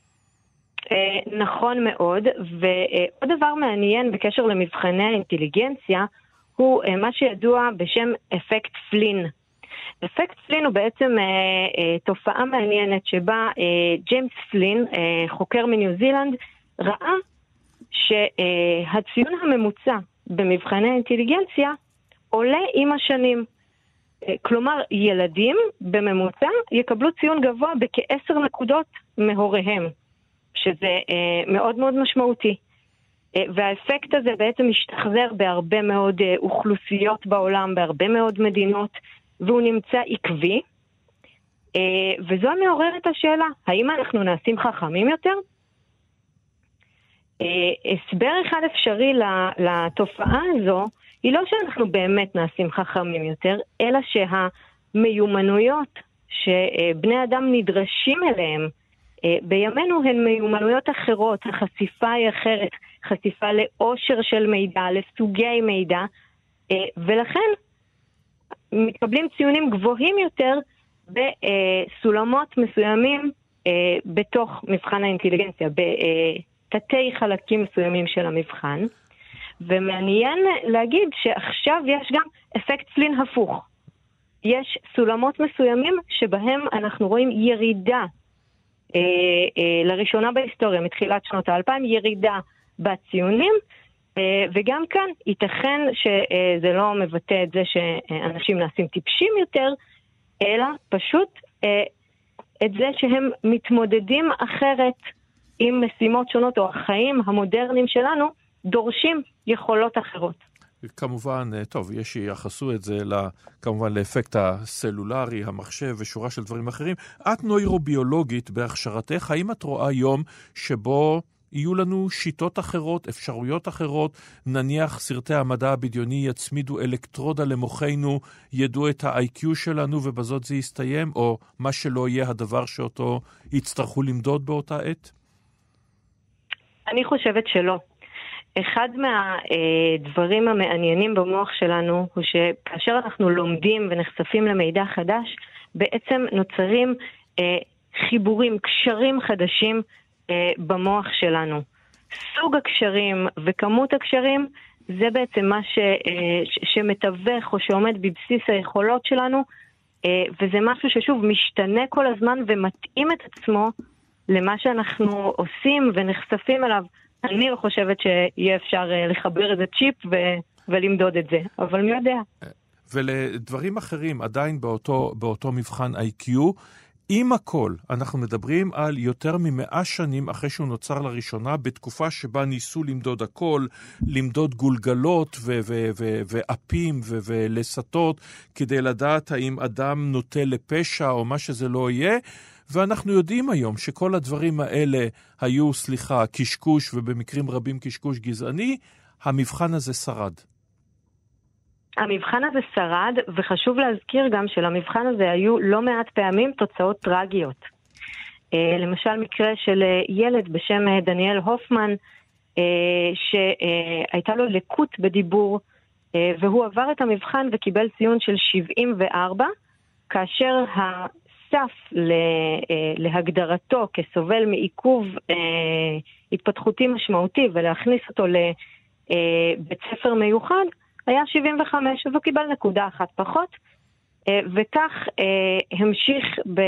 נכון מאוד, ועוד דבר מעניין בקשר למבחני האינטליגנציה הוא מה שידוע בשם אפקט פלין. אפקט פלין הוא בעצם תופעה מעניינת שבה ג'יימס פלין, חוקר מניו זילנד, ראה שהציון הממוצע במבחני האינטליגנציה עולה עם השנים. כלומר, ילדים בממוצע יקבלו ציון גבוה בכ10 נקודות מהוריהם, שזה מאוד מאוד משמעותי. והאפקט הזה בעצם משתחזר בהרבה מאוד אוכלוסיות בעולם, בהרבה מאוד מדינות, והוא נמצא עקבי. וזו מעוררת השאלה, האם אנחנו נעשים חכמים יותר? הסבר אחד אפשרי לתופעה הזו, היא לא שאנחנו באמת נעשים חכמים יותר, אלא שהמיומנויות שבני אדם נדרשים אליהם, בימינו הן מיומנויות אחרות, החשיפה היא אחרת, חשיפה לאושר של מידע, לסוגי מידע, ולכן מתקבלים ציונים גבוהים יותר בסולמות מסוימים בתוך מבחן האינטליגנציה, בתתי חלקים מסוימים של המבחן. ומעניין להגיד שעכשיו יש גם אפקט פלין הפוך. יש סולמות מסוימים שבהם אנחנו רואים ירידה, לראשונה בהיסטוריה, מתחילת שנות ה-2000, ירידה בציונים, וגם כאן ייתכן שזה לא מבטא את זה שאנשים נעשים טיפשים יותר, אלא פשוט את זה שהם מתמודדים אחרת עם משימות שונות, או החיים המודרניים שלנו דורשים יכולות אחרות. כמובן, טוב, יש שיחסו את זה כמובן לאפקט הסלולרי, המחשב ושורה של דברים אחרים. את נוירוביולוגית בהכשרתך, האם את רואה יום שבו יהיו לנו שיטות אחרות, אפשרויות אחרות, נניח סרטי המדע הבדיוני יצמידו אלקטרודה למוחנו, ידעו את ה-IQ שלנו ובזאת זה יסתיים, או מה שלא יהיה הדבר שאותו יצטרכו למדוד באותה עת? אני חושבת שלא. אחד מהדברים המעניינים במוח שלנו הוא שכאשר אנחנו לומדים ונחשפים למידע חדש, בעצם נוצרים חיבורים, קשרים חדשים במוח שלנו. סוג הקשרים וכמות הקשרים זה בעצם מה שמתווך או שעומד בבסיס היכולות שלנו, וזה משהו ששוב משתנה כל הזמן ומתאים את עצמו למה שאנחנו עושים ונחשפים אליו. אני לא חושבת שיהיה אפשר לחבר את הצ'יפ ולמדוד את זה, אבל מי יודע. ולדברים אחרים, עדיין באותו מבחן IQ, עם הכל, אנחנו מדברים על יותר מ100 שנים אחרי שהוא נוצר לראשונה, בתקופה שבה ניסו למדוד הכל, למדוד גולגלות ואפים ולסתות, כדי לדעת האם אדם נוטה לפשע או מה שזה לא יהיה, ואנחנו יודעים היום שכל הדברים האלה היו, קשקוש, ובמקרים רבים קשקוש גזעני. המבחן הזה שרד. המבחן הזה שרד, וחשוב להזכיר גם שלמבחן הזה היו לא מעט פעמים תוצאות טרגיות. למשל מקרה של ילד בשם דניאל הופמן, שהייתה לו לקות בדיבור, והוא עבר את המבחן וקיבל ציון של 74, כאשר הסף להגדרתו כסובל מעיכוב התפתחותי משמעותי ולהכניס אותו לבית ספר מיוחד, היה 75, אז הוא קיבל נקודה אחת פחות, וכך המשיך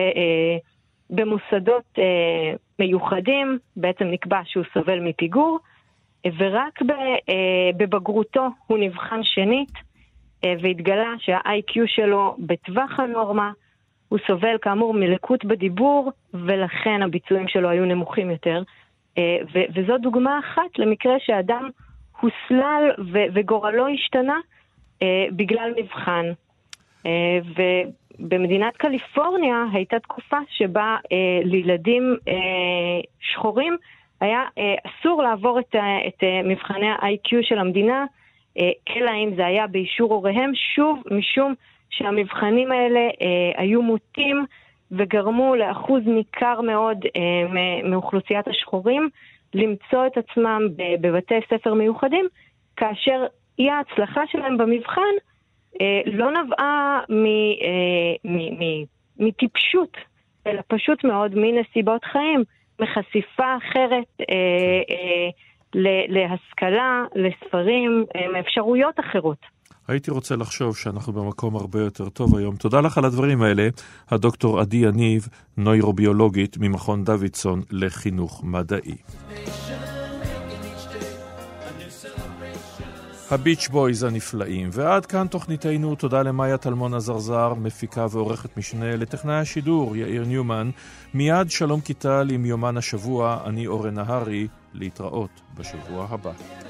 במוסדות מיוחדים, בעצם נקבע שהוא סובל מפיגור, ורק בבגרותו הוא נבחן שנית, והתגלה שה-IQ שלו בטווח הנורמה, הוא סובל כאמור מלקות בדיבור, ולכן הביצועים שלו היו נמוכים יותר, וזו דוגמה אחת למקרה שאדם הוסלל וגורלו השתנה בגלל מבחן. ובמדינת קליפורניה הייתה תקופה שבה לילדים שחורים היה אסור לעבור את מבחני ה-IQ של המדינה, אלא אם זה היה באישור הוריהם, שוב משום שהמבחנים האלה היו מוטים וגרמו לאחוז ניכר מאוד מאוכלוסיית השחורים למצוא את עצמם בבתי ספר מיוחדים, כאשר אי ההצלחה שלהם במבחן לא נבעה מטיפשות, אלא פשוט מאוד מנסיבות חיים, מחשיפה אחרת להשכלה, לספרים, מאפשרויות אחרות. הייתי רוצה לחשוב שאנחנו במקום הרבה יותר טוב היום. תודה לך על הדברים האלה, הדוקטור עדי יניב, נוירוביולוגית ממכון דוידסון לחינוך מדעי. הביץ' בויז הנפלאים. ועד כאן תוכניתנו. תודה למאיה טלמון הזרזר, מפיקה ועורכת משנה, לטכנאי השידור יאיר ניומן. מיד שלום קיטל עם יומן השבוע. אני אורן נהרי, להתראות בשבוע הבא.